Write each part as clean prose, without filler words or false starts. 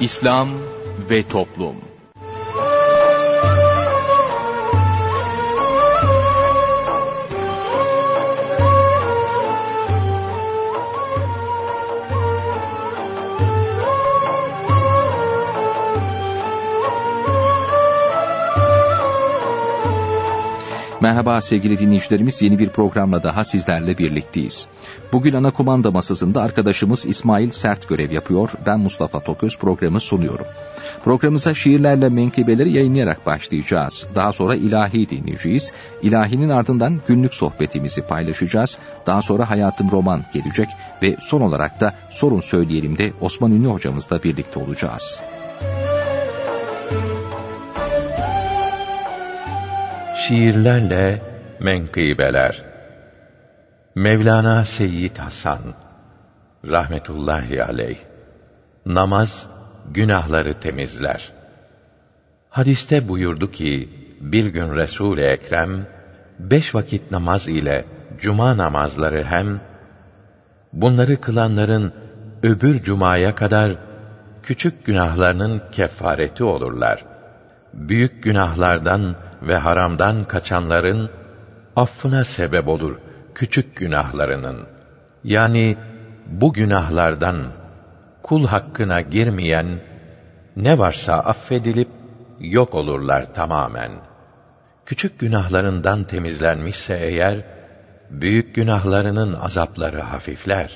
İslam ve Toplum. Merhaba sevgili dinleyicilerimiz, yeni bir programla daha sizlerle birlikteyiz. Bugün ana kumanda masasında arkadaşımız İsmail Sert görev yapıyor. Ben Mustafa Toköz programı sunuyorum. Programımıza şiirlerle menkıbeleri yayınlayarak başlayacağız. Daha sonra ilahi dinleyeceğiz. İlahinin ardından günlük sohbetimizi paylaşacağız. Daha sonra Hayatım Roman gelecek ve son olarak da Sorun Söyleyelim de Osman Ünlü hocamızla birlikte olacağız. Şiirlerle menkıbeler. Mevlana Seyyid Hasan rahmetullahi aleyh. Namaz günahları temizler. Hadiste buyurdu ki, bir gün Resul-i Ekrem 5 vakit namaz ile cuma namazları hem bunları kılanların öbür cumaya kadar küçük günahlarının kefareti olurlar. Büyük günahlardan ve haramdan kaçanların affına sebep olur küçük günahlarının. Yani bu günahlardan kul hakkına girmeyen ne varsa affedilip yok olurlar tamamen. Küçük günahlarından temizlenmişse eğer, büyük günahlarının azapları hafifler.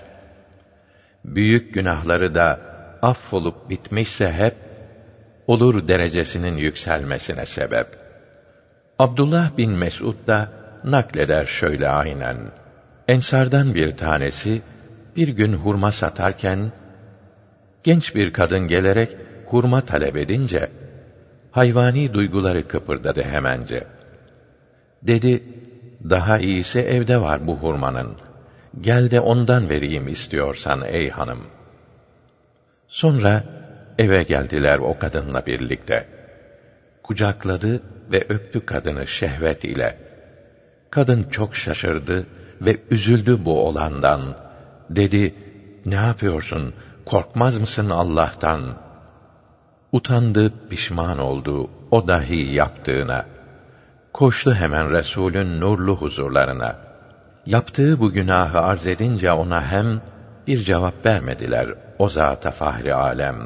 Büyük günahları da affolup bitmişse hep, olur derecesinin yükselmesine sebep. Abdullah bin Mes'ud da nakleder şöyle aynen. Ensardan bir tanesi bir gün hurma satarken genç bir kadın gelerek hurma talep edince hayvani duyguları kıpırdadı hemence. Dedi, daha iyisi evde var bu hurmanın. Gel de ondan vereyim istiyorsan ey hanım. Sonra eve geldiler o kadınla birlikte. Kucakladı ve öptü kadını şehvet ile. Kadın çok şaşırdı ve üzüldü bu olandan. Dedi, ne yapıyorsun, korkmaz mısın Allah'tan? Utandı, pişman oldu o dahi yaptığına. Koştu hemen Resulün nurlu huzurlarına. Yaptığı bu günahı arz edince ona hem bir cevap vermediler o zat-ı fahri alem.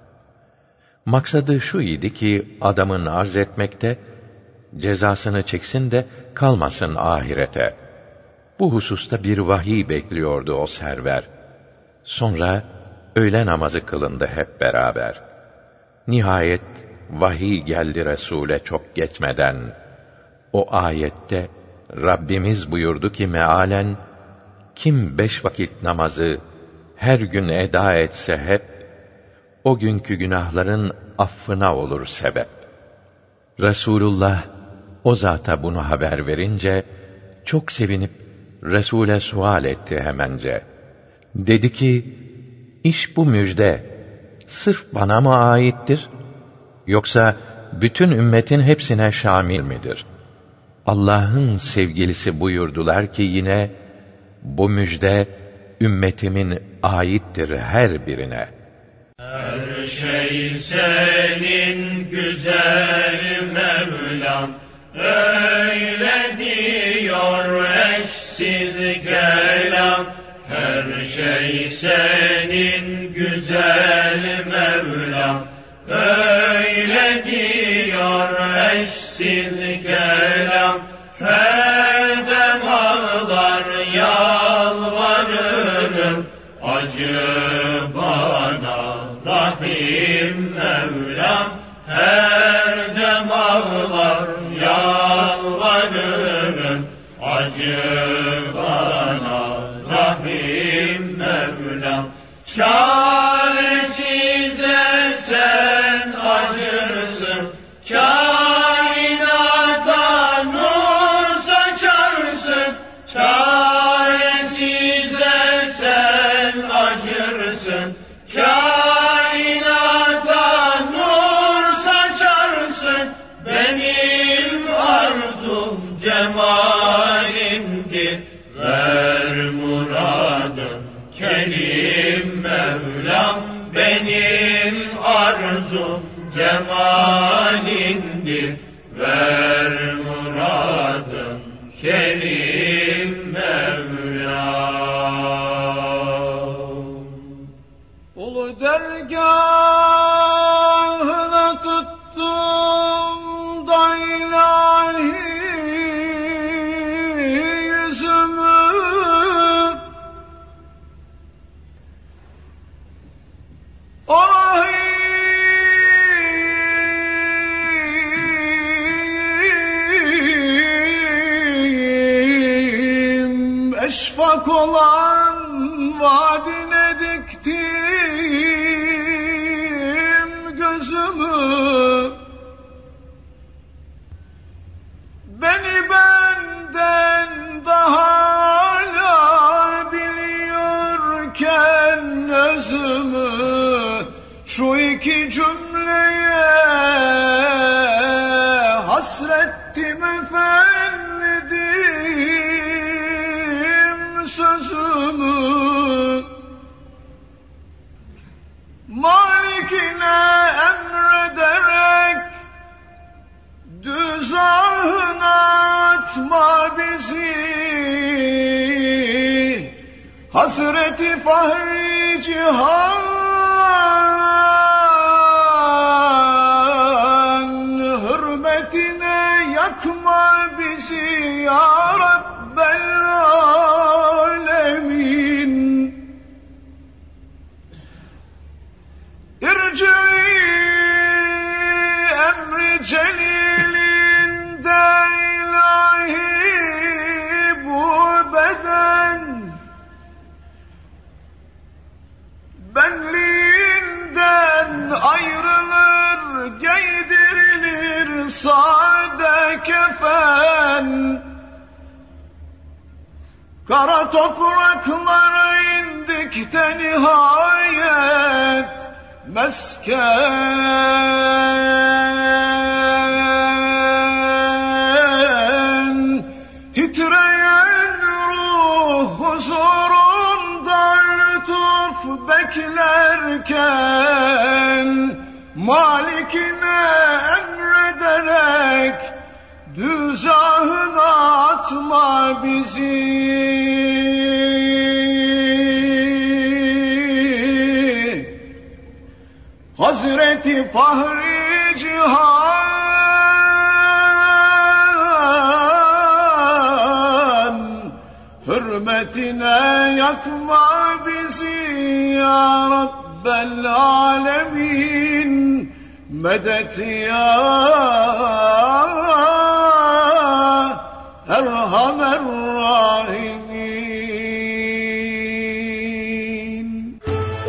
Maksadı şu idi ki adamın arz etmekte, cezasını çeksin de kalmasın ahirete. Bu hususta bir vahiy bekliyordu o server. Sonra öğle namazı kılındı hep beraber. Nihayet vahiy geldi Resul'e çok geçmeden. O ayette Rabbimiz buyurdu ki mealen, kim 5 vakit namazı her gün eda etse hep, o günkü günahların affına olur sebep. Resulullah o zata bunu haber verince çok sevinip Resul'e sual etti hemence. Dedi ki, iş bu müjde sırf bana mı aittir, yoksa bütün ümmetin hepsine şamil midir? Allah'ın sevgilisi buyurdular ki yine, bu müjde ümmetimin aittir her birine. Her şey senin güzel Mevlam, öyle diyor eşsiz kelam. Her şey senin güzel Mevlam, öyle diyor eşsiz kelam. Her dem ağlar yalvarırım, acı bana Rahim Mevlam. Her dem ağlar yalvarırım, acı bana Rahim Mevlam. Çaresize sen acırsın, kainata nur saçarsın. Çaresize sen acırsın, kainata nur saçarsın. Benim arzum cemalindir, ver muradım Kerim Mevlam. Benim arzum Cemalindir ver muradım Kerim Mevlam. Ulu dergâhına tuttum da ilahi yüzümü, o rahim eşfak olan vadine diktim gözümü. Beni benden daha âlâ biliyorken özümü, şu iki cümleye hasrettim efendim sözümü. Malikine emrederek düzahına atma bizi, Hazreti Fahri Cihan hürmetine yakma bizi ya Rabbel Alemin. İrci'i emri celilinde ilahi bu beden benliğinden ayrılır, giydirilir sade kefen. Kara topraklara indikte nihayet mesken, titreyen ruh huzurunda lütuf beklerken, Malikine emrederek düzahına atma bizi. Hazreti Fahri Cihan hürmetine yakma bizi ya Rabbel Alemin. Medet ya Erhamer Rahimin.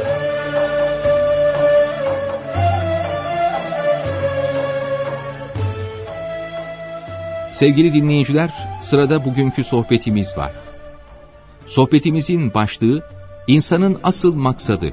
Sevgili dinleyiciler, sırada bugünkü sohbetimiz var. Sohbetimizin başlığı, insanın asıl maksadı.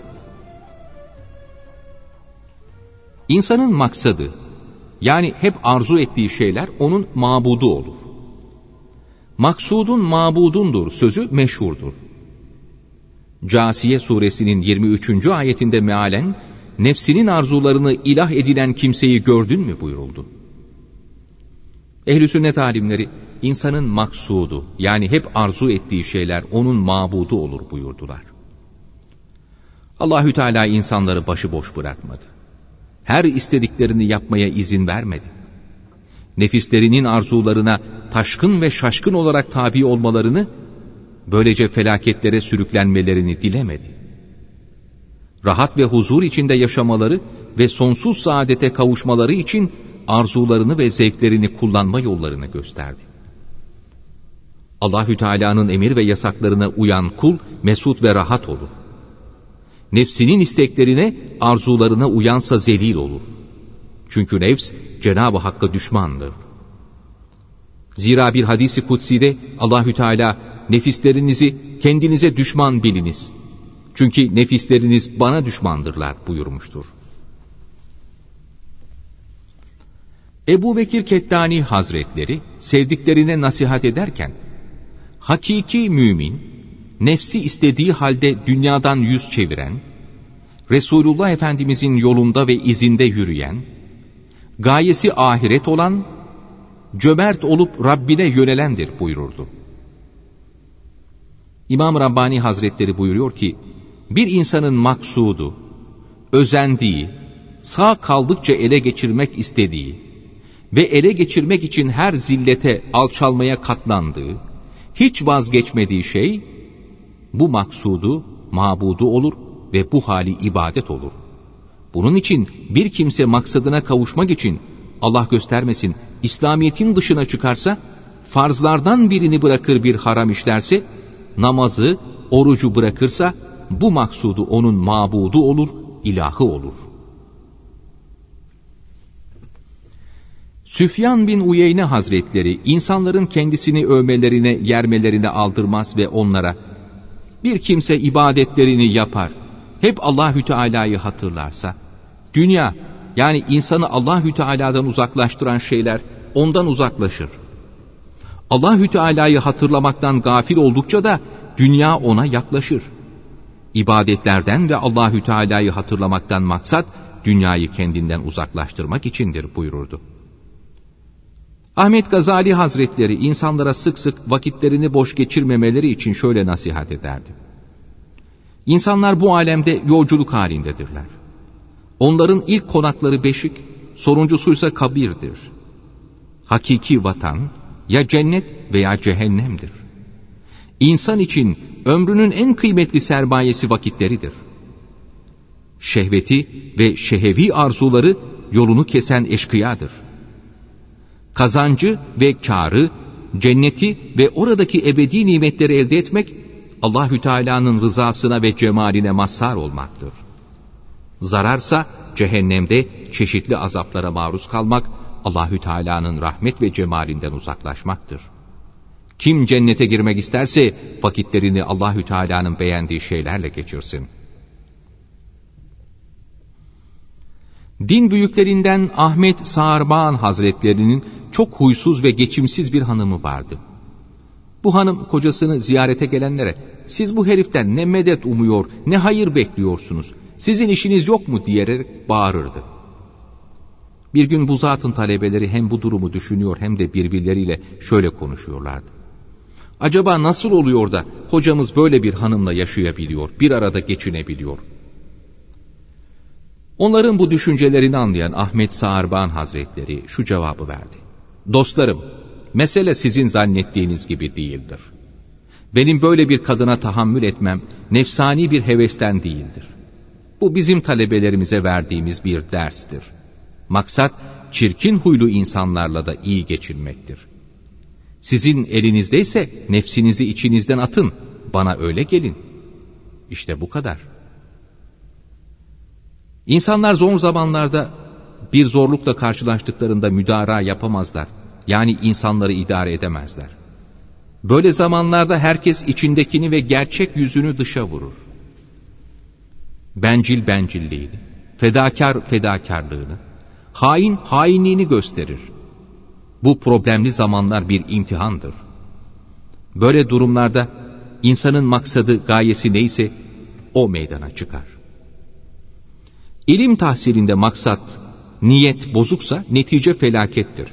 İnsanın maksadı, yani hep arzu ettiği şeyler onun mabudu olur. Maksudun mabudundur sözü meşhurdur. Câsiye suresinin 23. ayetinde mealen, nefsinin arzularını ilah edilen kimseyi gördün mü buyuruldu. Ehl-i sünnet alimleri, insanın maksudu, yani hep arzu ettiği şeyler onun mabudu olur buyurdular. Allahü Teala insanları başıboş bırakmadı. Her istediklerini yapmaya izin vermedi. Nefislerinin arzularına taşkın ve şaşkın olarak tabi olmalarını, böylece felaketlere sürüklenmelerini dilemedi. Rahat ve huzur içinde yaşamaları ve sonsuz saadete kavuşmaları için arzularını ve zevklerini kullanma yollarını gösterdi. Allahü Teala'nın emir ve yasaklarına uyan kul mesut ve rahat olur. Nefsinin isteklerine, arzularına uyansa zelil olur. Çünkü nefs Cenab-ı Hakk'a düşmandır. Zira bir hadis-i kutsi'de Allahü Teala, nefislerinizi kendinize düşman biliniz. Çünkü nefisleriniz bana düşmandırlar buyurmuştur. Ebu Bekir Kettani Hazretleri sevdiklerine nasihat ederken, hakiki mümin, nefsi istediği halde dünyadan yüz çeviren, Resulullah Efendimizin yolunda ve izinde yürüyen, gayesi ahiret olan, cömert olup Rabbine yönelendir buyururdu. İmam Rabbani Hazretleri buyuruyor ki, bir insanın maksudu, özendiği, sağ kaldıkça ele geçirmek istediği ve ele geçirmek için her zillete, alçalmaya katlandığı, hiç vazgeçmediği şey, bu maksudu, mabudu olur ve bu hali ibadet olur. Bunun için bir kimse maksadına kavuşmak için, Allah göstermesin, İslamiyet'in dışına çıkarsa, farzlardan birini bırakır bir haram işlerse, namazı, orucu bırakırsa, bu maksudu onun mabudu olur, ilahı olur. Süfyan bin Uyeyne Hazretleri, insanların kendisini övmelerine, yermelerine aldırmaz ve onlara, bir kimse ibadetlerini yapar, hep Allahü Teala'yı hatırlarsa, dünya, yani insanı Allahü Teala'dan uzaklaştıran şeyler ondan uzaklaşır. Allahü Teala'yı hatırlamaktan gafil oldukça da dünya ona yaklaşır. İbadetlerden ve Allahü Teala'yı hatırlamaktan maksat dünyayı kendinden uzaklaştırmak içindir buyururdu. Ahmet Gazali Hazretleri insanlara sık sık vakitlerini boş geçirmemeleri için şöyle nasihat ederdi. İnsanlar bu alemde yolculuk halindedirler. Onların ilk konakları beşik, sonuncusuysa kabirdir. Hakiki vatan ya cennet veya cehennemdir. İnsan için ömrünün en kıymetli sermayesi vakitleridir. Şehveti ve şehevi arzuları yolunu kesen eşkıyadır. Kazancı ve kârı, cenneti ve oradaki ebedi nimetleri elde etmek, Allahü Teala'nın rızasına ve cemaline mazhar olmaktır. Zararsa cehennemde çeşitli azaplara maruz kalmak, Allahü Teala'nın rahmet ve cemalinden uzaklaşmaktır. Kim cennete girmek isterse vakitlerini Allahü Teala'nın beğendiği şeylerle geçirsin. Din büyüklerinden Ahmet Sağırban Hazretlerinin çok huysuz ve geçimsiz bir hanımı vardı. Bu hanım kocasını ziyarete gelenlere, siz bu heriften ne medet umuyor, ne hayır bekliyorsunuz, sizin işiniz yok mu diyerek bağırırdı. Bir gün bu zatın talebeleri hem bu durumu düşünüyor hem de birbirleriyle şöyle konuşuyorlardı. Acaba nasıl oluyor da hocamız böyle bir hanımla yaşayabiliyor, bir arada geçinebiliyor? Onların bu düşüncelerini anlayan Ahmet Sağırban Hazretleri şu cevabı verdi. Dostlarım, mesele sizin zannettiğiniz gibi değildir. Benim böyle bir kadına tahammül etmem nefsani bir hevesten değildir. Bu bizim talebelerimize verdiğimiz bir derstir. Maksat çirkin huylu insanlarla da iyi geçinmektir. Sizin elinizdeyse nefsinizi içinizden atın, bana öyle gelin. İşte bu kadar. İnsanlar zor zamanlarda bir zorlukla karşılaştıklarında müdara yapamazlar. Yani insanları idare edemezler. Böyle zamanlarda herkes içindekini ve gerçek yüzünü dışa vurur. Bencil bencilliğini, fedakar fedakarlığını, hain hainliğini gösterir. Bu problemli zamanlar bir imtihandır. Böyle durumlarda insanın maksadı, gayesi neyse o meydana çıkar. İlim tahsilinde maksat, niyet bozuksa netice felakettir.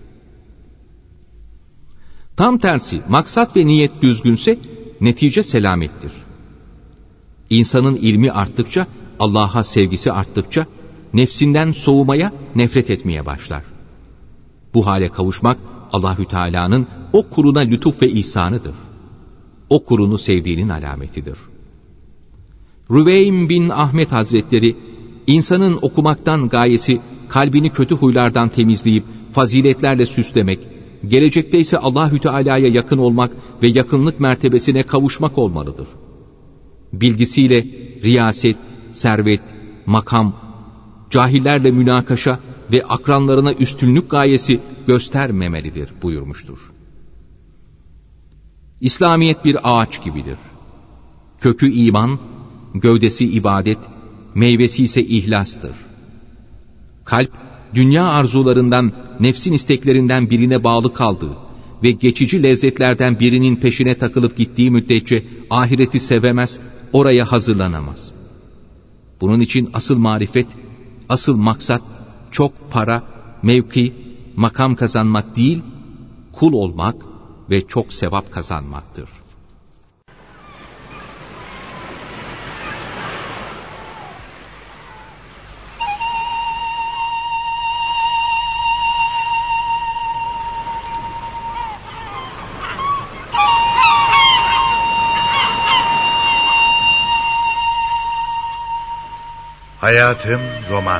Tam tersi, maksat ve niyet düzgünse netice selamettir. İnsanın ilmi arttıkça, Allah'a sevgisi arttıkça, nefsinden soğumaya, nefret etmeye başlar. Bu hale kavuşmak, Allahü Teala'nın o kuluna lütuf ve ihsanıdır. O kulunu sevdiğinin alametidir. Rüveym bin Ahmet Hazretleri, insanın okumaktan gayesi, kalbini kötü huylardan temizleyip, faziletlerle süslemek, gelecekte ise Allahü Teala'ya yakın olmak ve yakınlık mertebesine kavuşmak olmalıdır. Bilgisiyle riyaset, servet, makam, cahillerle münakaşa ve akranlarına üstünlük gayesi göstermemelidir buyurmuştur. İslamiyet bir ağaç gibidir. Kökü iman, gövdesi ibadet, meyvesi ise ihlastır. Kalp, dünya arzularından, nefsin isteklerinden birine bağlı kaldığı ve geçici lezzetlerden birinin peşine takılıp gittiği müddetçe ahireti sevemez, oraya hazırlanamaz. Bunun için asıl marifet, asıl maksat çok para, mevki, makam kazanmak değil, kul olmak ve çok sevap kazanmaktır. Hayatım roman.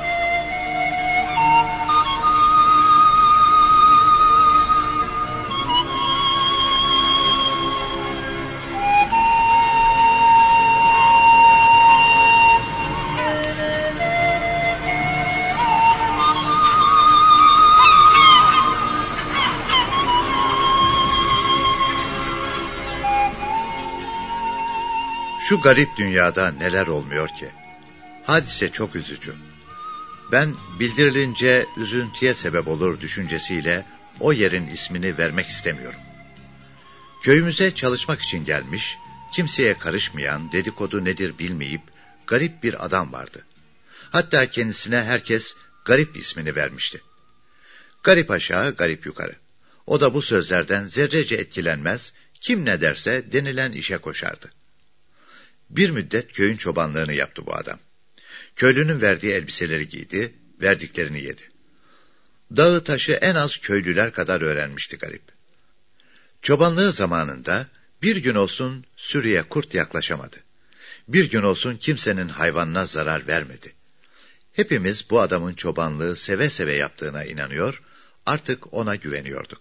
Şu garip dünyada neler olmuyor ki? Hadise çok üzücü. Ben bildirilince üzüntüye sebep olur düşüncesiyle o yerin ismini vermek istemiyorum. Köyümüze çalışmak için gelmiş, kimseye karışmayan, dedikodu nedir bilmeyip garip bir adam vardı. Hatta kendisine herkes garip ismini vermişti. Garip aşağı, garip yukarı. O da bu sözlerden zerrece etkilenmez, kim ne derse denilen işe koşardı. Bir müddet köyün çobanlığını yaptı bu adam. Köylünün verdiği elbiseleri giydi, verdiklerini yedi. Dağı taşı en az köylüler kadar öğrenmişti garip. Çobanlığı zamanında bir gün olsun sürüye kurt yaklaşamadı. Bir gün olsun kimsenin hayvanına zarar vermedi. Hepimiz bu adamın çobanlığı seve seve yaptığına inanıyor, artık ona güveniyorduk.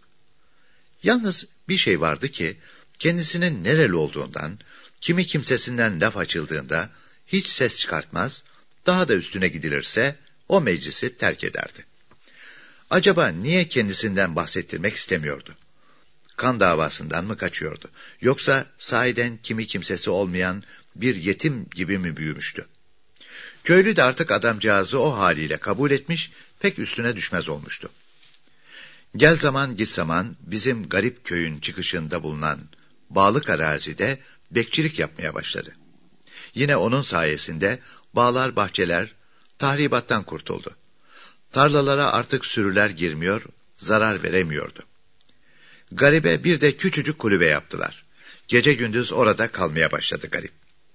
Yalnız bir şey vardı ki, kendisinin nereli olduğundan, kimi kimsesinden laf açıldığında hiç ses çıkartmaz, daha da üstüne gidilirse o meclisi terk ederdi. Acaba niye kendisinden bahsettirmek istemiyordu? Kan davasından mı kaçıyordu? Yoksa sahiden kimi kimsesi olmayan bir yetim gibi mi büyümüştü? Köylü de artık adamcağızı o haliyle kabul etmiş, pek üstüne düşmez olmuştu. Gel zaman git zaman bizim garip köyün çıkışında bulunan bağlık arazide bekçilik yapmaya başladı. Yine onun sayesinde bağlar, bahçeler tahribattan kurtuldu. Tarlalara artık sürüler girmiyor, zarar veremiyordu. Garibe bir de küçücük kulübe yaptılar. Gece gündüz orada kalmaya başladı garip.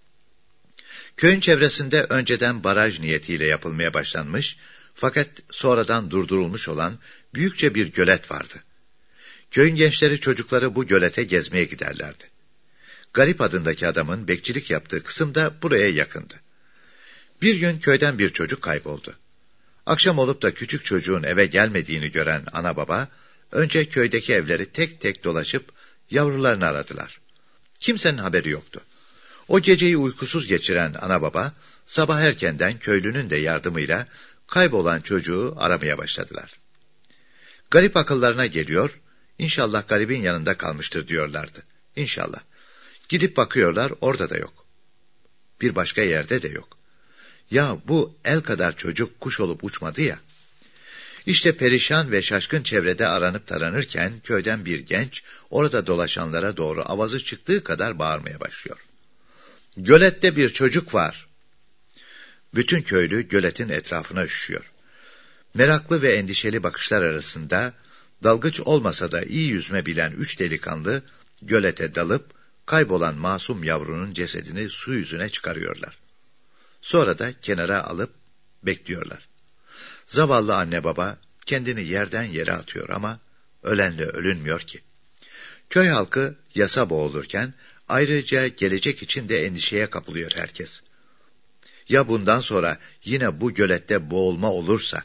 Köyün çevresinde önceden baraj niyetiyle yapılmaya başlanmış, fakat sonradan durdurulmuş olan büyükçe bir gölet vardı. Köyün gençleri çocukları bu gölete gezmeye giderlerdi. Garip adındaki adamın bekçilik yaptığı kısım da buraya yakındı. Bir gün köyden bir çocuk kayboldu. Akşam olup da küçük çocuğun eve gelmediğini gören ana baba, önce köydeki evleri tek tek dolaşıp yavrularını aradılar. Kimsenin haberi yoktu. O geceyi uykusuz geçiren ana baba, sabah erkenden köylünün de yardımıyla kaybolan çocuğu aramaya başladılar. Garip akıllarına geliyor, inşallah garibin yanında kalmıştır diyorlardı. İnşallah. Gidip bakıyorlar, orada da yok. Bir başka yerde de yok. Ya bu el kadar çocuk kuş olup uçmadı ya. İşte perişan ve şaşkın çevrede aranıp taranırken köyden bir genç orada dolaşanlara doğru avazı çıktığı kadar bağırmaya başlıyor. Gölette bir çocuk var. Bütün köylü göletin etrafına üşüyor. Meraklı ve endişeli bakışlar arasında dalgıç olmasa da iyi yüzme bilen 3 delikanlı gölete dalıp kaybolan masum yavrunun cesedini su yüzüne çıkarıyorlar. Sonra da kenara alıp bekliyorlar. Zavallı anne baba kendini yerden yere atıyor ama ölenle ölünmüyor ki. Köy halkı yasa boğulurken ayrıca gelecek için de endişeye kapılıyor herkes. Ya bundan sonra yine bu gölette boğulma olursa?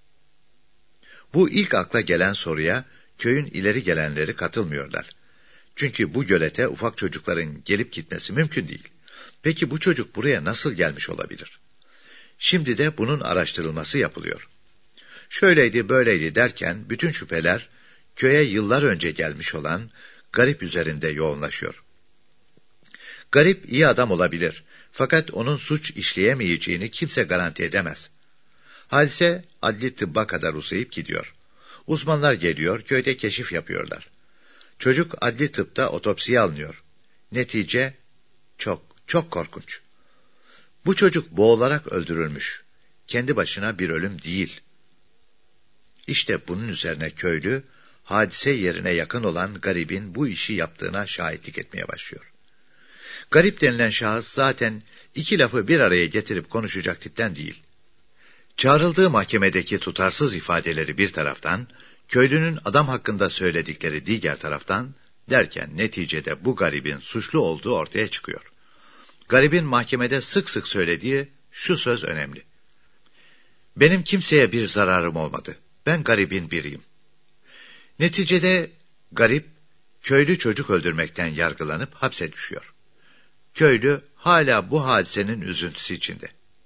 Bu ilk akla gelen soruya köyün ileri gelenleri katılmıyorlar. Çünkü bu gölete ufak çocukların gelip gitmesi mümkün değil. Peki bu çocuk buraya nasıl gelmiş olabilir? Şimdi de bunun araştırılması yapılıyor. Şöyleydi böyleydi derken bütün şüpheler köye yıllar önce gelmiş olan garip üzerinde yoğunlaşıyor. Garip iyi adam olabilir. Fakat onun suç işleyemeyeceğini kimse garanti edemez. Hadise adli tıbba kadar uzayıp gidiyor. Uzmanlar geliyor, köyde keşif yapıyorlar. Çocuk adli tıpta otopsiye alınıyor. Netice çok korkunç. Bu çocuk boğularak öldürülmüş. Kendi başına bir ölüm değil. İşte bunun üzerine köylü, hadise yerine yakın olan garibin bu işi yaptığına şahitlik etmeye başlıyor. Garip denilen şahıs zaten iki lafı bir araya getirip konuşacak tipten değil. Çağrıldığı mahkemedeki tutarsız ifadeleri bir taraftan, köylünün adam hakkında söyledikleri diğer taraftan derken neticede bu garibin suçlu olduğu ortaya çıkıyor. Garibin mahkemede sık sık söylediği şu söz önemli. Benim kimseye bir zararım olmadı. Ben garibin biriyim. Neticede garip, köylü çocuk öldürmekten yargılanıp hapse düşüyor. Köylü hala bu hadisenin üzüntüsü içinde.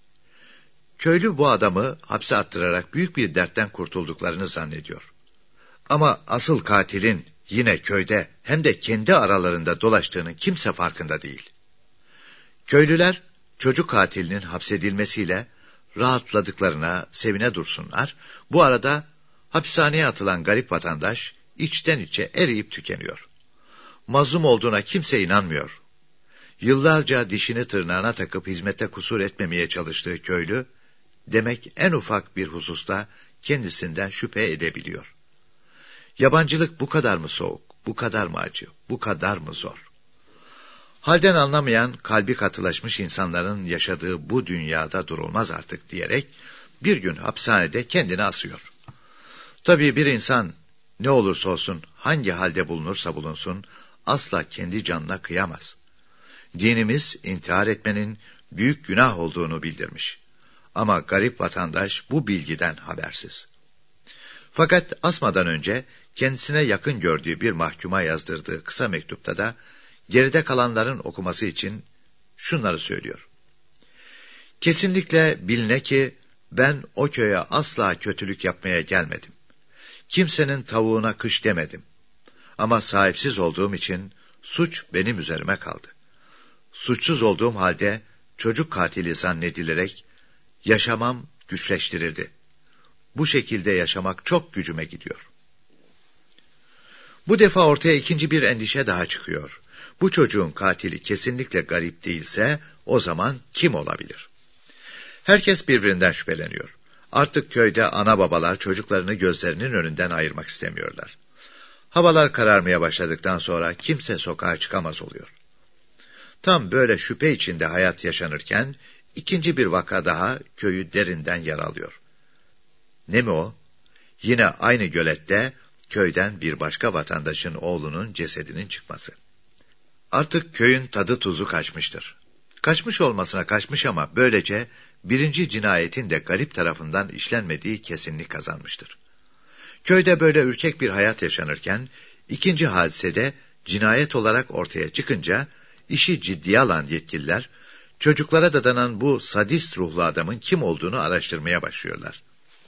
Köylü bu adamı hapse attırarak büyük bir dertten kurtulduklarını zannediyor. Ama asıl katilin yine köyde hem de kendi aralarında dolaştığının kimse farkında değil. Köylüler çocuk katilinin hapsedilmesiyle rahatladıklarına sevine dursunlar. Bu arada hapishaneye atılan garip vatandaş içten içe eriyip tükeniyor. Mazlum olduğuna kimse inanmıyor. Yıllarca dişini tırnağına takıp hizmette kusur etmemeye çalıştığı köylü, demek en ufak bir hususta kendisinden şüphe edebiliyor. Yabancılık bu kadar mı soğuk, bu kadar mı acı, bu kadar mı zor? Halden anlamayan, kalbi katılaşmış insanların yaşadığı bu dünyada durulmaz artık diyerek bir gün hapishanede kendini asıyor. Tabii bir insan ne olursa olsun, hangi halde bulunursa bulunsun, asla kendi canına kıyamaz. Dinimiz intihar etmenin büyük günah olduğunu bildirmiş. Ama garip vatandaş bu bilgiden habersiz. Fakat asmadan önce kendisine yakın gördüğü bir mahkuma yazdırdığı kısa mektupta da geride kalanların okuması için şunları söylüyor. Kesinlikle biline ki ben o köye asla kötülük yapmaya gelmedim. Kimsenin tavuğuna kış demedim. Ama sahipsiz olduğum için suç benim üzerime kaldı. Suçsuz olduğum halde çocuk katili zannedilerek yaşamam güçleştirildi. Bu şekilde yaşamak çok gücüme gidiyor. Bu defa ortaya ikinci bir endişe daha çıkıyor. Bu çocuğun katili kesinlikle garip değilse o zaman kim olabilir? Herkes birbirinden şüpheleniyor. Artık köyde ana babalar çocuklarını gözlerinin önünden ayırmak istemiyorlar. Havalar kararmaya başladıktan sonra kimse sokağa çıkamaz oluyor. Tam böyle şüphe içinde hayat yaşanırken ikinci bir vaka daha köyü derinden yaralıyor. Ne mi o? Yine aynı gölette köyden bir başka vatandaşın oğlunun cesedinin çıkması. Artık köyün tadı tuzu kaçmıştır. Kaçmış olmasına kaçmış ama böylece birinci cinayetin de garip tarafından işlenmediği kesinlik kazanmıştır. Köyde böyle ürkek bir hayat yaşanırken ikinci hadisede cinayet olarak ortaya çıkınca işi ciddiye alan yetkililer çocuklara dadanan bu sadist ruhlu adamın kim olduğunu araştırmaya başlıyorlar.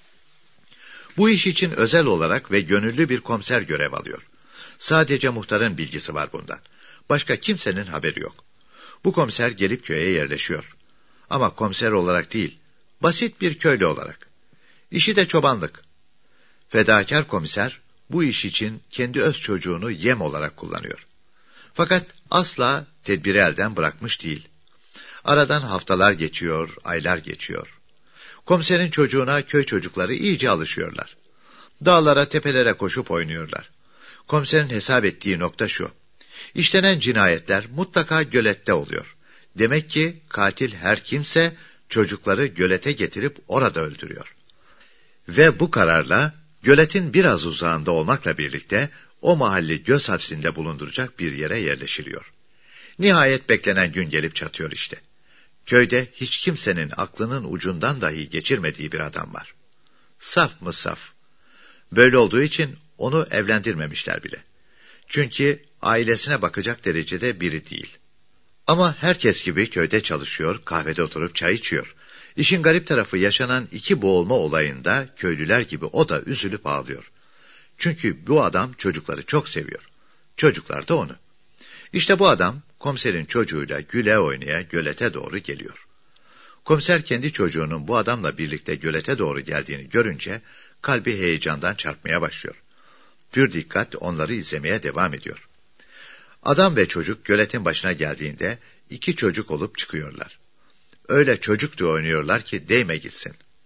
Bu iş için özel olarak ve gönüllü bir komiser görev alıyor. Sadece muhtarın bilgisi var bundan. Başka kimsenin haberi yok. Bu komiser gelip köye yerleşiyor. Ama komiser olarak değil, basit bir köylü olarak. İşi de çobanlık. Fedakar komiser bu iş için kendi öz çocuğunu yem olarak kullanıyor. Fakat asla tedbiri elden bırakmış değil. Aradan haftalar geçiyor, aylar geçiyor. Komiserin çocuğuna köy çocukları iyice alışıyorlar. Dağlara, tepelere koşup oynuyorlar. Komiserin hesap ettiği nokta şu. İşlenen cinayetler mutlaka gölette oluyor. Demek ki katil her kimse çocukları gölete getirip orada öldürüyor. Ve bu kararla göletin biraz uzağında olmakla birlikte o mahalli göz hapsinde bulunduracak bir yere yerleşiliyor. Nihayet beklenen gün gelip çatıyor işte. Köyde hiç kimsenin aklının ucundan dahi geçirmediği bir adam var. Saf mı saf. Böyle olduğu için onu evlendirmemişler bile. Çünkü ailesine bakacak derecede biri değil. Ama herkes gibi köyde çalışıyor, kahvede oturup çay içiyor. İşin garip tarafı yaşanan iki boğulma olayında köylüler gibi o da üzülüp ağlıyor. Çünkü bu adam çocukları çok seviyor. Çocuklar da onu. İşte bu adam komiserin çocuğuyla güle oynaya gölete doğru geliyor. Komiser kendi çocuğunun bu adamla birlikte gölete doğru geldiğini görünce kalbi heyecandan çarpmaya başlıyor. Pür dikkat onları izlemeye devam ediyor. Adam ve çocuk göletin başına geldiğinde iki çocuk olup çıkıyorlar. Öyle çocukça oynuyorlar ki değme gitsin.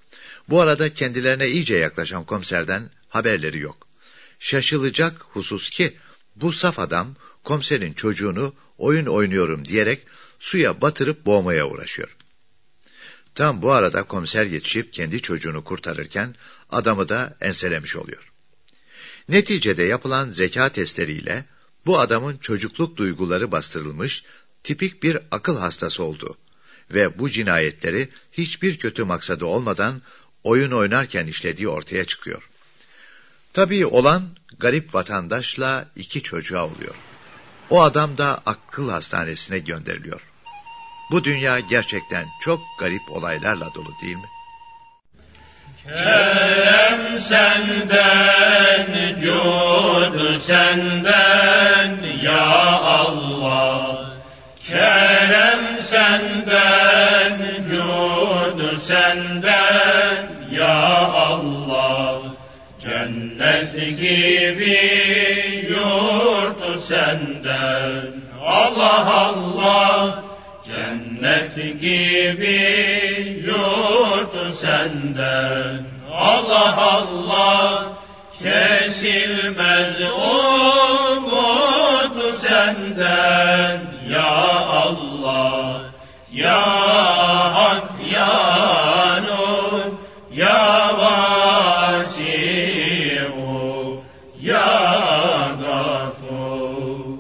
Bu arada kendilerine iyice yaklaşan komiserden haberleri yok. Şaşılacak husus ki bu saf adam komiserin çocuğunu oyun oynuyorum diyerek suya batırıp boğmaya uğraşıyor. Tam bu arada komiser yetişip kendi çocuğunu kurtarırken adamı da enselemiş oluyor. Neticede yapılan zeka testleriyle bu adamın çocukluk duyguları bastırılmış, tipik bir akıl hastası olduğu ve bu cinayetleri hiçbir kötü maksadı olmadan oyun oynarken işlediği ortaya çıkıyor. Tabii olan garip vatandaşla 2 çocuğa oluyor. O adam da akıl hastanesine gönderiliyor. Bu dünya gerçekten çok garip olaylarla dolu değil mi? Kerem senden, cud senden ya Allah. Kerem senden, cud senden ya Allah. Cennet gibi yurt senden Allah Allah. Cennet gibi yurt senden Allah Allah. Kesilmez umut senden ya Allah. Ya Hak ya Nur ya Vasi'u ya Gafur.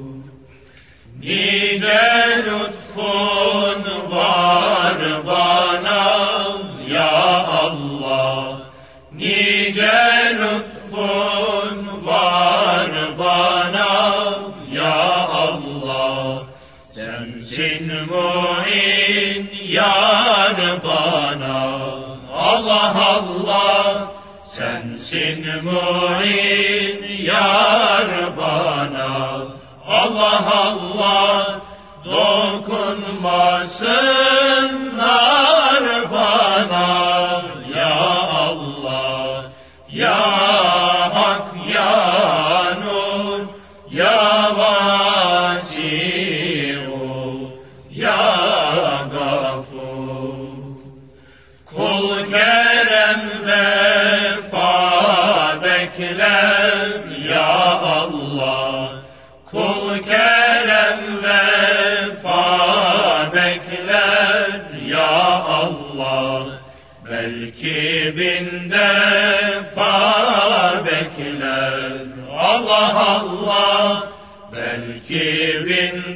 Nice lütfun var bana ya Allah. Nice lütfun var bana ya Allah. Sensin mu'in yar bana Allah Allah. Sensin mu'in yar bana Allah Allah. Dokunmasınlar bana ya Allah. Ya Hak ya Nur ya Vasi'u ya Gafur. Kul kerem vefa bekler ya Allah. Kul kerem vefa bekler ya Allah. Belki 1000 defa bekler Allah Allah. Belki 1000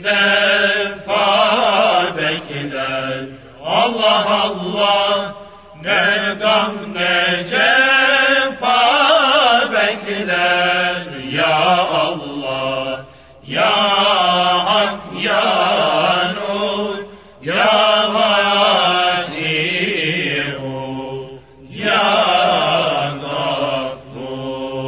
defa bekler Allah Allah. Ne gam ne cefa bekler ya Allah. Ya Hak ya Nur ya Vasi'u ya Gafur.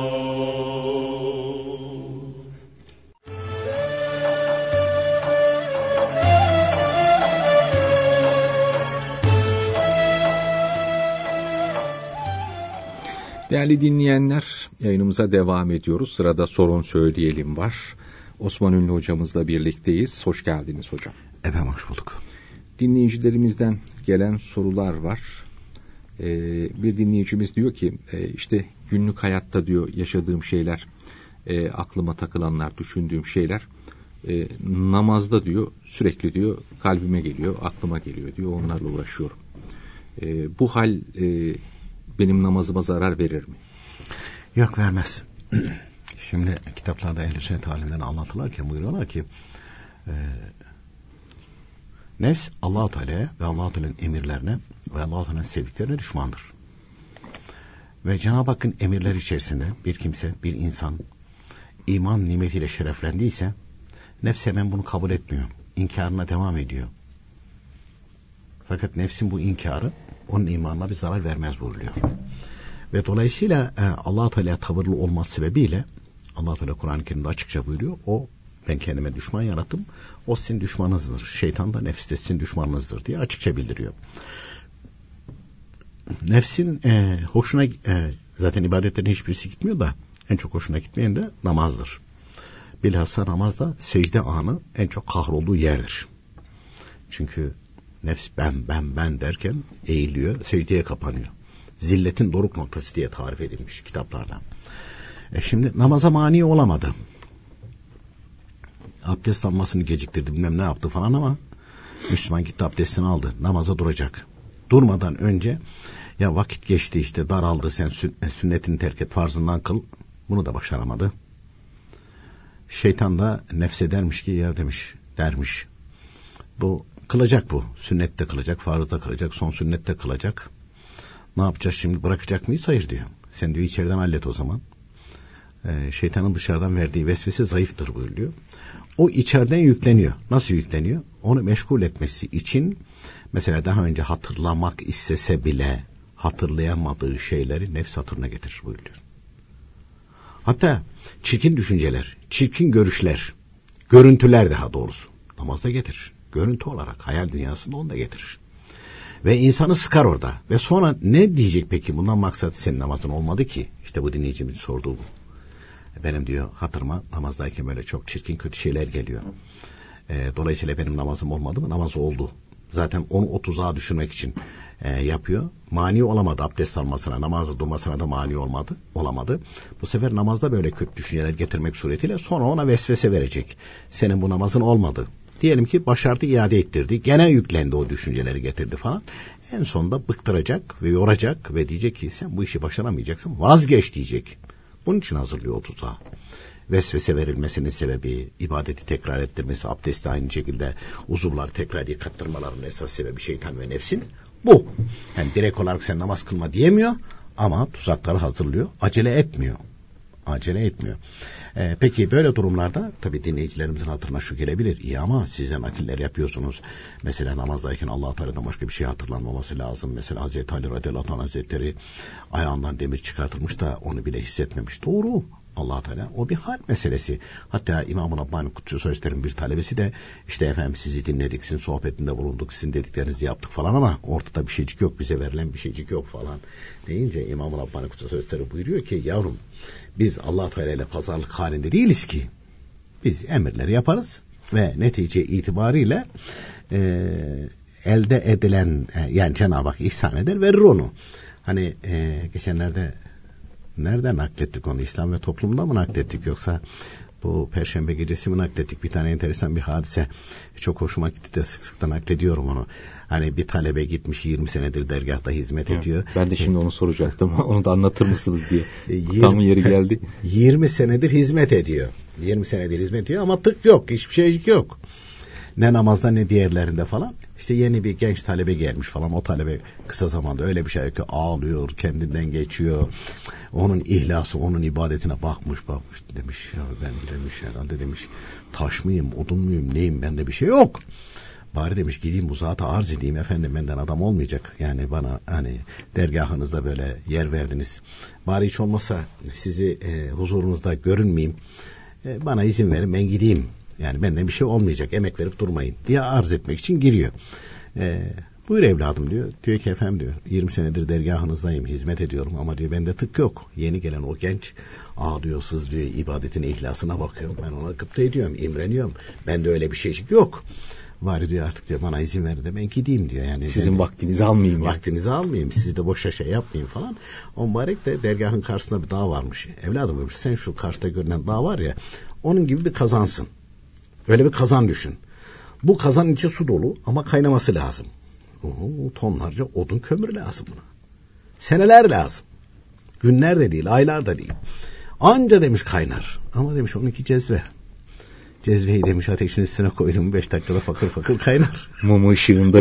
Değerli dinleyenler, yayınımıza devam ediyoruz. Sırada sorun söyleyelim var. Osman Ünlü hocamızla birlikteyiz. Hoş geldiniz hocam. Efendim hoş bulduk. Dinleyicilerimizden gelen sorular var. Bir dinleyicimiz diyor ki işte günlük hayatta diyor yaşadığım şeyler, aklıma takılanlar, düşündüğüm şeyler namazda diyor sürekli diyor kalbime geliyor, aklıma geliyor diyor, onlarla uğraşıyorum. Bu hal benim namazıma zarar verir mi? Yok, vermez. Şimdi kitaplarda ehl-i sünnet alimleri anlatırlarken buyuruyorlar ki nefs Allah-u Teala'ya ve Allah-u Teala'nın emirlerine ve Allah-u Teala'nın sevdiklerine düşmandır. Ve Cenab-ı Hakk'ın emirleri içerisinde bir kimse, bir insan iman nimetiyle şereflendiyse nefs hemen bunu kabul etmiyor. İnkarına devam ediyor. Fakat nefsin bu inkarı onun imanına bir zarar vermez buyuruyor. Ve dolayısıyla Allah-u Teala'ya tavırlı olması sebebiyle Allah-u Teala Kur'an-ı Kerim'de açıkça buyuruyor. Ben kendime düşman yarattım. O sizin düşmanınızdır. Şeytan da nefs de sizin düşmanınızdır diye açıkça bildiriyor. Nefsin hoşuna zaten ibadetlerin hiçbirisi gitmiyor da en çok hoşuna gitmeyen de namazdır. Bilhassa namazda secde anı en çok kahrolduğu yerdir. Çünkü nefs ben derken eğiliyor, secdeye kapanıyor. Zilletin doruk noktası diye tarif edilmiş kitaplardan. Şimdi namaza mani olamadı. Abdest almasını geciktirdi, bilmem ne yaptı falan ama Müslüman gitti abdestini aldı. Namaza duracak. Durmadan önce ya vakit geçti işte, daraldı, sen sünnetini terk et, farzından kıl. Bunu da başaramadı. Şeytan da nefse dermiş ki ya dermiş. Bu kılacak bu. Sünnette kılacak, farzda kılacak, son sünnette kılacak. Ne yapacağız şimdi, bırakacak mıyız? Hayır diyor. Sen diyor içeriden hallet o zaman. Şeytanın dışarıdan verdiği vesvese zayıftır buyuruyor. O içeriden yükleniyor. Nasıl yükleniyor? Onu meşgul etmesi için mesela daha önce hatırlamak istese bile hatırlayamadığı şeyleri nefs hatırına getirir buyuruyor. Hatta çirkin düşünceler, çirkin görüşler, görüntüler daha doğrusu namazda getirir. Görüntü olarak hayal dünyasında onu da getirir. Ve insanı sıkar orada. Ve sonra ne diyecek peki? Bundan maksat senin namazın olmadı ki. İşte bu dinleyicimizin sorduğu bu. Benim diyor hatırıma namazdayken böyle çok çirkin kötü şeyler geliyor. Dolayısıyla benim namazım olmadı mı? Namaz oldu. Zaten onu o tuzağa düşürmek için yapıyor. Mani olamadı abdest almasına, namazı durmasına da mani olamadı. Bu sefer namazda böyle kötü düşünceler getirmek suretiyle sonra ona vesvese verecek. Senin bu namazın olmadı. Diyelim ki başardı, iade ettirdi. Gene yüklendi, o düşünceleri getirdi falan. En sonunda bıktıracak ve yoracak ve diyecek ki sen bu işi başaramayacaksın, vazgeç diyecek. Bunun için hazırlıyor o tuzağı. Vesvese verilmesinin sebebi, ibadeti tekrar ettirmesi, abdesti aynı şekilde uzuvlar tekrar yıkattırmaların esas sebebi şeytan ve nefsin bu. Yani direkt olarak sen namaz kılma diyemiyor ama tuzakları hazırlıyor. Acele etmiyor. Peki böyle durumlarda tabii dinleyicilerimizin hatırına şu gelebilir. İyi ama siz nakiller yapıyorsunuz. Mesela namazdayken Allah-u Teala'dan başka bir şey hatırlanmaması lazım. Mesela Hazreti Ali radıyallahu anh hazretleri ayağından demir çıkartılmış da onu bile hissetmemiş. Doğru. Allah-u Teala o bir hal meselesi. Hatta İmam-ı Rabbani Kutsu Sözler'in bir talebesi de işte efendim sizi dinledik, sizin sohbetinde bulunduk, sizin dediklerinizi yaptık falan ama ortada bir şeycik yok, bize verilen bir şeycik yok falan deyince İmam-ı Rabbani Kutsu Sözleri buyuruyor ki yavrum biz Allah-u Teala ile pazarlık halinde değiliz ki. Biz emirleri yaparız ve netice itibariyle elde edilen yani Cenab-ı Hak ihsan eder, verir onu. Hani geçenlerde nereden naklettik onu? İslam ve Toplum'da mı naklettik yoksa bu Perşembe gecesi mi naklettik? Bir tane enteresan bir hadise. Çok hoşuma gitti de sık sık da naklediyorum onu. Hani bir talebe gitmiş 20 senedir dergahta hizmet ediyor. Ben de şimdi onu soracaktım. Onu da anlatır mısınız diye. Tam yeri geldi. 20 senedir hizmet ediyor. 20 senedir hizmet ediyor ama tık yok. Hiçbir şey yok. Ne namazda ne diğerlerinde falan. İşte yeni bir genç talebe gelmiş falan. O talebe kısa zamanda öyle bir şey ki ağlıyor, kendinden geçiyor. Onun ihlası, onun ibadetine bakmış demiş ya ben demiş herhalde demiş taş mıyım, odun muyum, neyim, bende bir şey yok. Bari demiş gideyim bu zata arz edeyim efendim, benden adam olmayacak. Yani bana hani dergahınızda böyle yer verdiniz. Bari hiç olmazsa sizi huzurunuzda görünmeyeyim. Bana izin verin ben gideyim. Yani benden bir şey olmayacak, emek verip durmayın diye arz etmek için giriyor. Buyur evladım diyor. Diyor ki efendim diyor 20 senedir dergahınızdayım, hizmet ediyorum ama diyor bende tık yok. Yeni gelen o genç ağlıyor, sızlıyor, ibadetine, ihlasına bakıyorum. Ben ona gıpta ediyorum, imreniyorum. Bende öyle bir şeycik yok. Bari diyor artık diyor bana izin verin de ben gideyim diyor. Yani sizin vaktinizi almayayım. Vaktinizi almayayım, sizi de boşa şey yapmayayım falan. O mübarek de dergahın karşısında bir dağ varmış. Evladım demiş sen şu karşıda görünen dağ var ya, onun gibi bir kazansın. Öyle bir kazan düşün. Bu kazanın içi su dolu ama kaynaması lazım. Tonlarca odun kömür lazım buna. Seneler lazım. Günler de değil, aylar da değil. Anca demiş kaynar. Ama demiş onunki cezve. Cezveyi demiş ateşin üstüne koydum 5 dakikada fakır fakır kaynar. Mum ışığında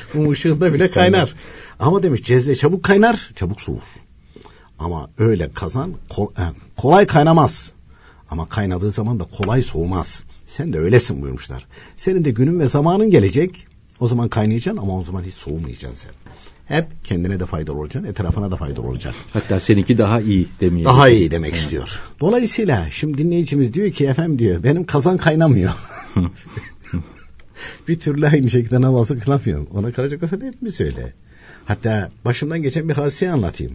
bile kaynar. Ama demiş cezve çabuk kaynar, çabuk soğur. Ama öyle kazan kolay kaynamaz. Ama kaynadığı zaman da kolay soğumaz. Sen de öylesin buyurmuşlar. Senin de günün ve zamanın gelecek. O zaman kaynayacaksın ama o zaman hiç soğumayacaksın sen. Hep kendine de faydalı olacaksın, etrafına da faydalı olacaksın. Hatta seninki daha iyi demeyelim. Daha iyi demek istiyor. Dolayısıyla şimdi dinleyicimiz diyor ki efendim diyor benim kazan kaynamıyor. Bir türlü aynı şekilde namazı kılamıyorum. Ona kalacak olsa da hep mi söyle? Hatta başımdan geçen bir hadiseyi anlatayım.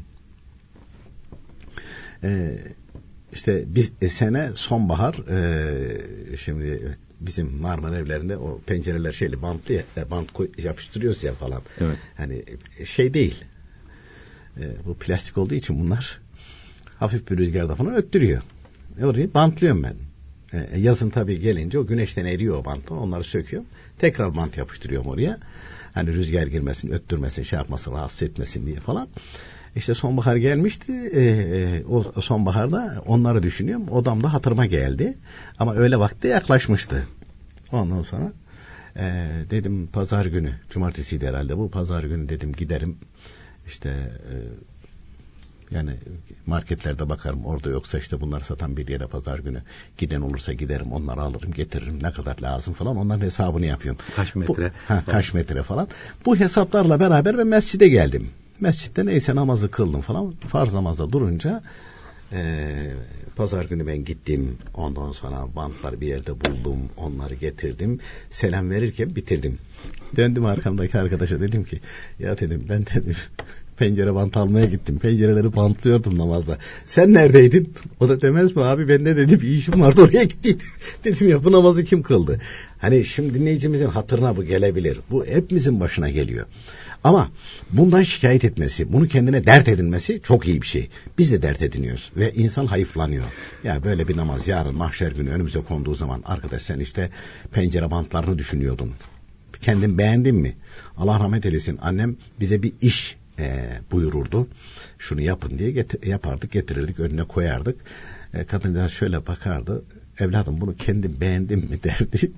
İşte bir sene sonbahar şimdi bizim Marmara evlerinde o pencereler şeyli bantlı ya, bant yapıştırıyoruz ya falan. Evet. Hani şey değil. Bu plastik olduğu için bunlar hafif bir rüzgarda falan öttürüyor. Orayı bantlıyorum ben. Yazın tabii gelince o güneşten eriyor o bantlar. Onları söküyorum. Tekrar bant yapıştırıyorum oraya. Hani rüzgar girmesin, öttürmesin, şey yapmasın, rahatsız etmesin diye falan. İşte sonbahar gelmişti. O sonbaharda onları düşünüyorum. Odamda hatırıma geldi. Ama öğle vakti yaklaşmıştı. Ondan sonra dedim pazar günü, cumartesiydi herhalde bu. Pazar günü dedim giderim. İşte yani marketlerde bakarım, orada yoksa işte bunları satan bir yere pazar günü giden olursa giderim, onları alırım getiririm, ne kadar lazım falan, onların hesabını yapıyorum. Kaç metre? Kaç metre falan. Bu hesaplarla beraber ben mescide geldim. Mescitte neyse namazı kıldım falan. Farz namazda durunca pazar günü ben gittim. Ondan sonra bantları bir yerde buldum. Onları getirdim. Selam verirken bitirdim. Döndüm arkamdaki arkadaşa, dedim ki ya dedim ben dedim pencere bant almaya gittim. Pencereleri bantlıyordum namazda. Sen neredeydin? O da demez mi abi, ben de dedi bir işim vardı oraya gittim. Dedim ya bu namazı kim kıldı? Hani şimdi dinleyicimizin hatırına bu gelebilir. Bu hepimizin başına geliyor. Ama bundan şikayet etmesi, bunu kendine dert edinmesi çok iyi bir şey. Biz de dert ediniyoruz ve insan hayıflanıyor. Ya böyle bir namaz yarın mahşer günü önümüze konduğu zaman, arkadaş sen işte pencere bantlarını düşünüyordun. Kendin beğendin mi? Allah rahmet eylesin, annem bize bir iş buyururdu. Şunu yapın diye yapardık, getirirdik, önüne koyardık. Kadıncağız şöyle bakardı. Evladım bunu kendin beğendin mi derdi.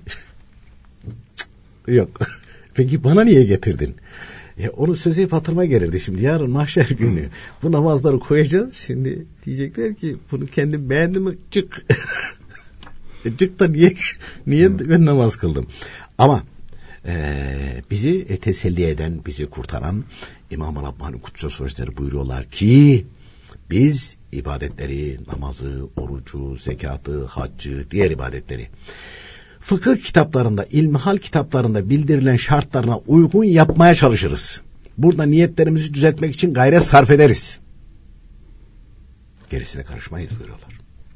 Yok. Peki bana niye getirdin? Onun sözü hep hatırıma gelirdi. Şimdi yarın mahşer günü bu namazları koyacağız. Şimdi diyecekler ki bunu kendin beğendin mi? Çık. Çık da niye ben namaz kıldım? Ama bizi teselli eden, bizi kurtaran İmam-ı Rabbani Kutsal Hazretleri buyuruyorlar ki biz ibadetleri, namazı, orucu, zekatı, haccı, diğer ibadetleri fıkıh kitaplarında, ilmihal kitaplarında bildirilen şartlarına uygun yapmaya çalışırız. Burada niyetlerimizi düzeltmek için gayret sarf ederiz. Gerisine karışmayız buyuruyorlar.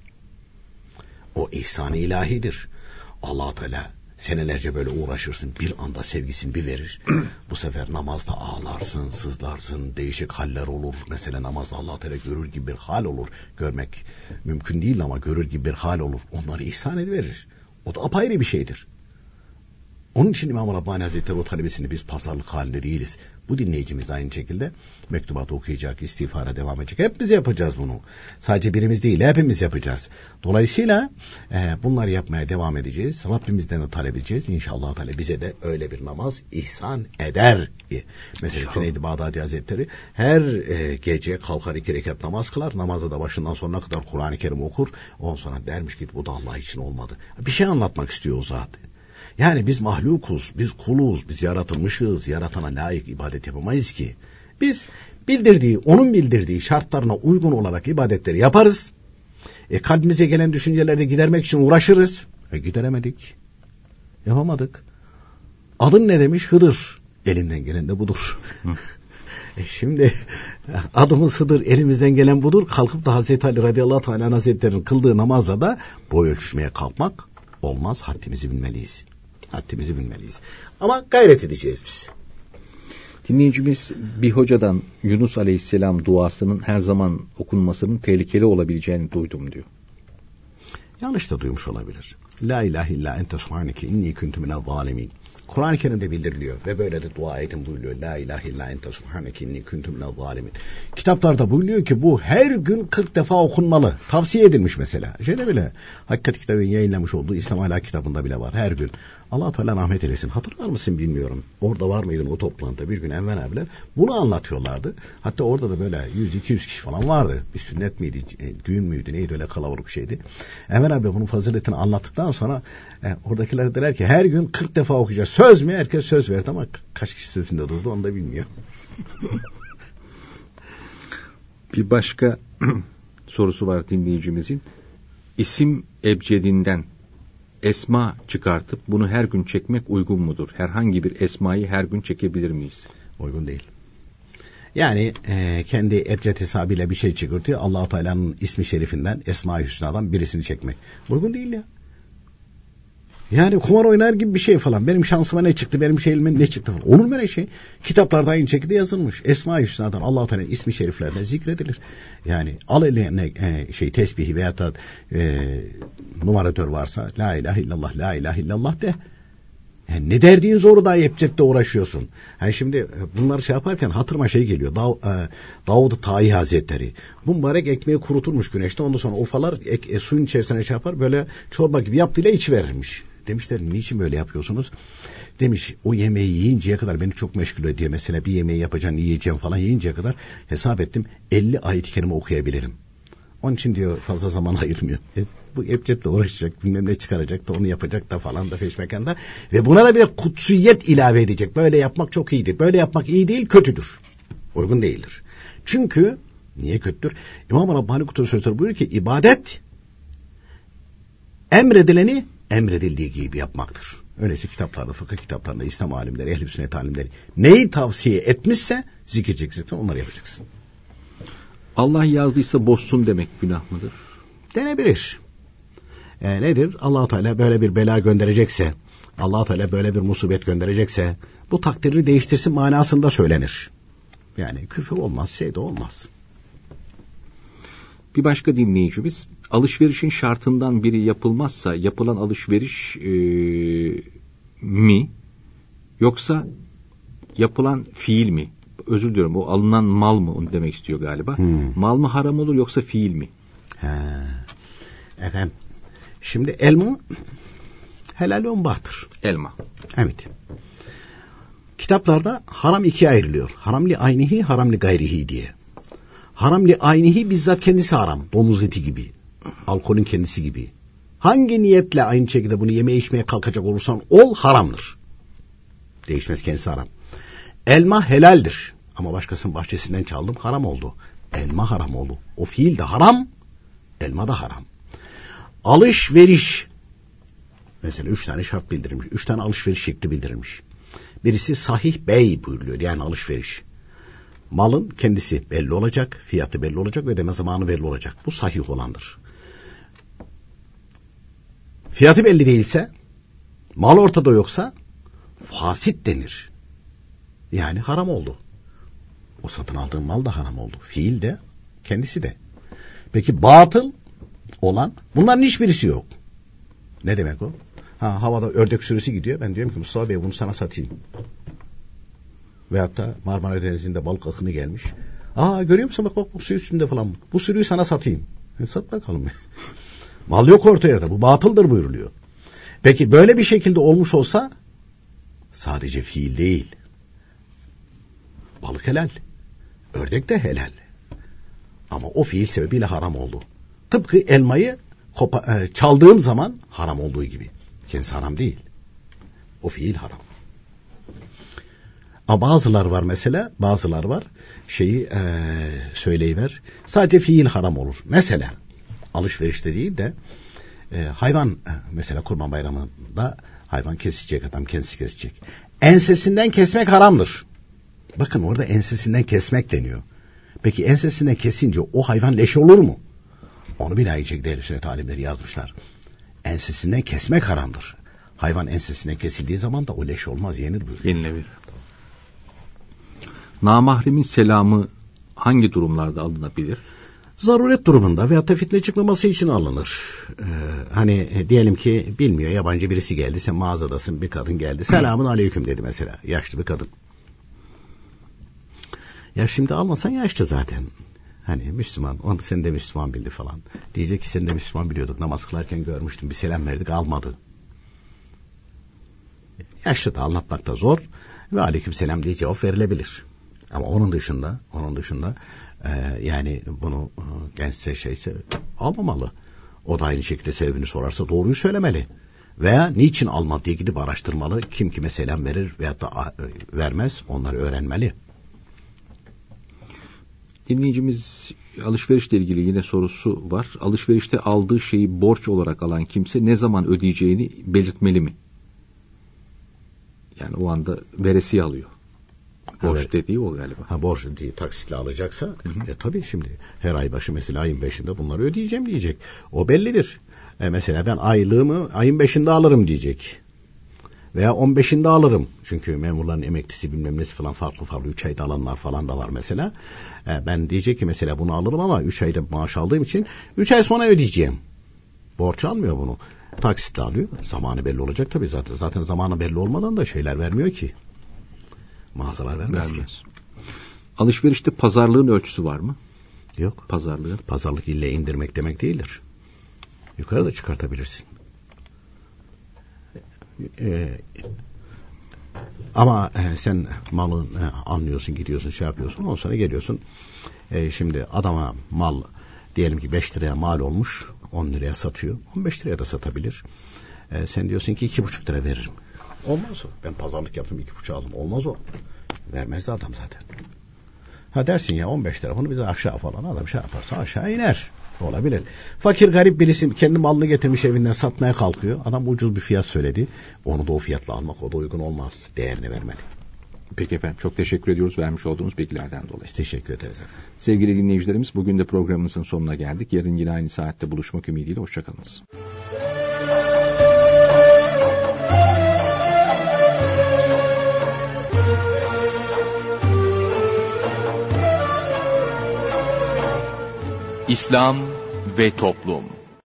O ihsan-ı ilahidir. Allah Teala senelerce böyle uğraşırsın, bir anda sevgisini bir verir. Bu sefer namazda ağlarsın, sızlarsın, değişik haller olur. Mesela namazda Allah Teala görür gibi bir hal olur. Görmek mümkün değil ama görür gibi bir hal olur. Onları ihsan ediverir. O da apayrı bir şeydir. Onun için İmam-ı Rabbani Hazretleri o talebesini biz pazarlık halinde değiliz. Bu dinleyicimiz aynı şekilde mektubat okuyacak, istiğfara devam edecek. Hep biz yapacağız bunu. Sadece birimiz değil, hepimiz yapacağız. Dolayısıyla bunları yapmaya devam edeceğiz. Rabbimizden de talep edeceğiz. İnşallah Teala bize de öyle bir namaz ihsan eder. Mesela Cüneyd-i Bağdadi Hazretleri her gece kalkar 2 rekat namaz kılar. Namazda da başından sonuna kadar Kur'an-ı Kerim okur. Ondan sonra dermiş ki bu da Allah için olmadı. Bir şey anlatmak istiyor o zat. Yani biz mahlukuz, biz kuluz, biz yaratılmışız, yaratana layık ibadet yapamayız ki. Biz onun bildirdiği şartlarına uygun olarak ibadetleri yaparız. Kalbimize gelen düşünceleri gidermek için uğraşırız. Gideremedik, yapamadık. Adın ne demiş? Hıdır. Elimden gelen de budur. Şimdi adımız Hıdır, elimizden gelen budur. Kalkıp da Hazreti Ali radıyallahu teala hazretlerinin kıldığı namazla da boy ölçüşmeye kalkmak olmaz. Haddimizi bilmeliyiz. Haddimizi bilmeliyiz. Ama gayret edeceğiz biz. Dinleyicimiz bir hocadan Yunus Aleyhisselam duasının her zaman okunmasının tehlikeli olabileceğini duydum diyor. Yanlış da duymuş olabilir. La ilahe illa ente subhaneke inni kuntu minel zalimin. Kur'an-ı Kerim'de bildiriliyor ve böyle de dua edin buyuruyor. La ilahe illa ente subhaneke inni kuntu minel zalimin. Kitaplarda buyuruyor ki bu her gün 40 defa okunmalı. Tavsiye edilmiş mesela. Şeyde bile Hakikat kitabının yayınlamış olduğu İslam Ahlak kitabında bile var her gün. Allah Teala rahmet eylesin. Hatırlar mısın bilmiyorum. Orada var mıydın o toplantıda? Bir gün Enver abiler bunu anlatıyorlardı. Hatta orada da böyle 100-200 kişi falan vardı. Bir sünnet miydi, düğün müydü, neydi, öyle kalabalık bir şeydi. Enver abi bunun faziletini anlattıktan sonra oradakiler dediler ki her gün 40 defa okuyacağız. Söz mü? Herkes söz verdi ama kaç kişi sözünde durdu onu da bilmiyor. Bir başka sorusu var dinleyicimizin. İsim ebcedinden esma çıkartıp bunu her gün çekmek uygun mudur? Herhangi bir esmayı her gün çekebilir miyiz? Uygun değil. Yani kendi ebced hesabıyla bir şey çıkartıyor. Allah-u Teala'nın ismi şerifinden, Esma-i Hüsna'dan birisini çekmek. Uygun değil ya. Yani kumar oynar gibi bir şey falan. Benim şansıma ne çıktı, benim şeyime ne çıktı falan. Olur mu öyle şey? Kitaplarda aynı şekilde yazılmış. Esma-i Hüsna'dan Allah-u Teala'nın ismi şeriflerine zikredilir. Yani al eline tesbihi veya da numaratör varsa la ilahe illallah, la ilahe illallah de. Yani ne derdiğin zoru da yapacak da uğraşıyorsun. Yani şimdi bunları şey yaparken hatırıma şey geliyor. Davud-u Tayi Hazretleri. Bu mübarek ekmeği kuruturmuş güneşte. Ondan sonra ufalar suyun içerisine şey yapar. Böyle çorba gibi yaptığıyla içiverirmiş. Demişler niçin böyle yapıyorsunuz? Demiş o yemeği yiyinceye kadar beni çok meşgul ediyor. Mesela bir yemeği yapacağım, yiyeceğim falan yiyinceye kadar hesap ettim 50 ayet-i kerime okuyabilirim. Onun için diyor fazla zaman ayırmıyor. Bu ebcedle uğraşacak, bilmem ne çıkaracak da onu yapacak da falan da peşmekanda. Ve buna da bir kutsiyet ilave edecek. Böyle yapmak çok iyidir. Böyle yapmak iyi değil, kötüdür. Uygun değildir. Çünkü niye kötüdür? İmam-ı Rabbani Kutubu Sözleri buyuruyor ki ibadet emredileni emredildiği gibi yapmaktır. Öyleyse kitaplarda, fıkıh kitaplarında, İslam alimleri, ehl-i sünnet alimleri neyi tavsiye etmişse zikredeceksin, onları yapacaksın. Allah yazdıysa bozsun demek günah mıdır? Denebilir. Nedir? Allah-u Teala böyle bir bela gönderecekse, Allah-u Teala böyle bir musibet gönderecekse, bu takdiri değiştirsin manasında söylenir. Yani küfür olmaz, şey de olmaz. Bir başka dinleyicimiz, alışverişin şartından biri yapılmazsa yapılan alışveriş mi? Yoksa yapılan fiil mi? Özür diliyorum, o alınan mal mı onu demek istiyor galiba. Mal mı haram olur yoksa fiil mi? Efendim, şimdi elma helal onbahtır. Elma. Evet. Kitaplarda haram ikiye ayrılıyor. Haramli aynihi, haramli gayrihi diye. Haramli aynihi bizzat kendisi haram. Domuz eti gibi. Alkolün kendisi gibi. Hangi niyetle aynı şekilde bunu yemeye içmeye kalkacak olursan ol haramdır. Değişmez, kendisi haram. Elma helaldir. Ama başkasının bahçesinden çaldım, haram oldu. Elma haram oldu. O fiil de haram, elma da haram. Alışveriş. Mesela 3 tane şart bildirilmiş. 3 tane alışveriş şekli bildirilmiş. Birisi sahih bey buyuruluyor. Yani alışveriş. Malın kendisi belli olacak, fiyatı belli olacak, ödeme zamanı belli olacak. Bu sahih olandır. Fiyatı belli değilse, mal ortada yoksa fasit denir. Yani haram oldu. O satın aldığın mal da haram oldu. Fiil de, kendisi de. Peki batıl olan, bunların hiçbirisi yok. Ne demek o? Havada ördek sürüsü gidiyor. Ben diyorum ki Mustafa Bey bunu sana satayım. Veyahut da Marmara Denizi'nde balık akını gelmiş. Görüyor musun bak su üstünde falan. Bu sürüyü sana satayım. Sat bakalım. Mal yok ortaya da. Bu batıldır buyuruluyor. Peki böyle bir şekilde olmuş olsa sadece fiil değil. Balık helal. Ördek de helal. Ama o fiil sebebiyle haram oldu. Tıpkı elmayı çaldığım zaman haram olduğu gibi. Kendisi haram değil. O fiil haram. Ama bazılar var mesela. Bazılar var. Söyleyiver. Sadece fiil haram olur. Mesela alışverişte değil de hayvan mesela Kurban Bayramı'nda hayvan kesecek, adam kendisi kesecek. Ensesinden kesmek haramdır. Bakın orada ensesinden kesmek deniyor. Peki ensesinden kesince o hayvan leş olur mu? Onu bile aynı şekilde ehl-i sünnet alimleri yazmışlar. Ensesinden kesmek haramdır. Hayvan ensesinden kesildiği zaman da o leş olmaz, yenir buyuruyor. Yenilebilir. Namahremin selamı hangi durumlarda alınabilir? Zaruret durumunda veyahut da fitne çıkmaması için alınır. Diyelim ki bilmiyor, yabancı birisi geldi, sen mağazadasın, bir kadın geldi, selamun aleyküm dedi mesela, yaşlı bir kadın. Ya şimdi almasan yaşlı zaten. Müslüman, onu sen de Müslüman bildi falan. Diyecek ki sen de Müslüman biliyorduk, namaz kılarken görmüştüm, bir selam verdik, almadı. Yaşlı da anlatmakta zor ve aleyküm selam diye cevap verilebilir. Ama onun dışında yani bunu gençse almamalı. O da aynı şekilde sebebini sorarsa doğruyu söylemeli. Veya niçin almadı diye gidip araştırmalı. Kim kime selam verir veyahut da vermez, onları öğrenmeli. Dinleyicimiz alışverişle ilgili yine sorusu var. Alışverişte aldığı şeyi borç olarak alan kimse ne zaman ödeyeceğini belirtmeli mi? Yani o anda veresiye alıyor. Borç evet. Dediği o galiba. Borç dediği taksitle alacaksa tabii şimdi her ay başı mesela ayın 5'inde bunları ödeyeceğim diyecek. O bellidir. Mesela ben aylığımı ayın 5'inde alırım diyecek. Veya 15'inde alırım. Çünkü memurların emeklisi bilmem nesi falan farklı 3 ayda alanlar falan da var mesela. Ben diyecek ki mesela bunu alırım ama 3 ayda maaş aldığım için 3 ay sonra ödeyeceğim. Borç almıyor bunu. Taksitle alıyor. Zamanı belli olacak tabii zaten. Zaten zamanı belli olmadan da şeyler vermiyor ki. Mağazalar vermez ki. Alışverişte pazarlığın ölçüsü var mı? Yok. Pazarlığın. Pazarlık ille indirmek demek değildir. Yukarı da çıkartabilirsin. Ama sen malı anlıyorsun, gidiyorsun, şey yapıyorsun. Ondan sonra geliyorsun. Şimdi adama mal diyelim ki 5 liraya mal olmuş. 10 liraya satıyor. 15 liraya da satabilir. Sen diyorsun ki 2,5 lira veririm. Olmaz o. Ben pazarlık yaptım 2,5 aldım. Olmaz o. Vermez de adam zaten. Ha dersin ya 15 lira bunu bize aşağı falan adam şey yaparsa aşağı iner. Olabilir. Fakir garip birisi kendi malını getirmiş evinden satmaya kalkıyor. Adam ucuz bir fiyat söyledi. Onu da o fiyatla almak o da uygun olmaz. Değerini vermeli. Peki efendim, çok teşekkür ediyoruz vermiş olduğunuz bilgilerden dolayı. Teşekkür ederiz efendim. Sevgili dinleyicilerimiz, bugün de programımızın sonuna geldik. Yarın yine aynı saatte buluşmak ümidiyle hoşçakalınız. İslam ve Toplum.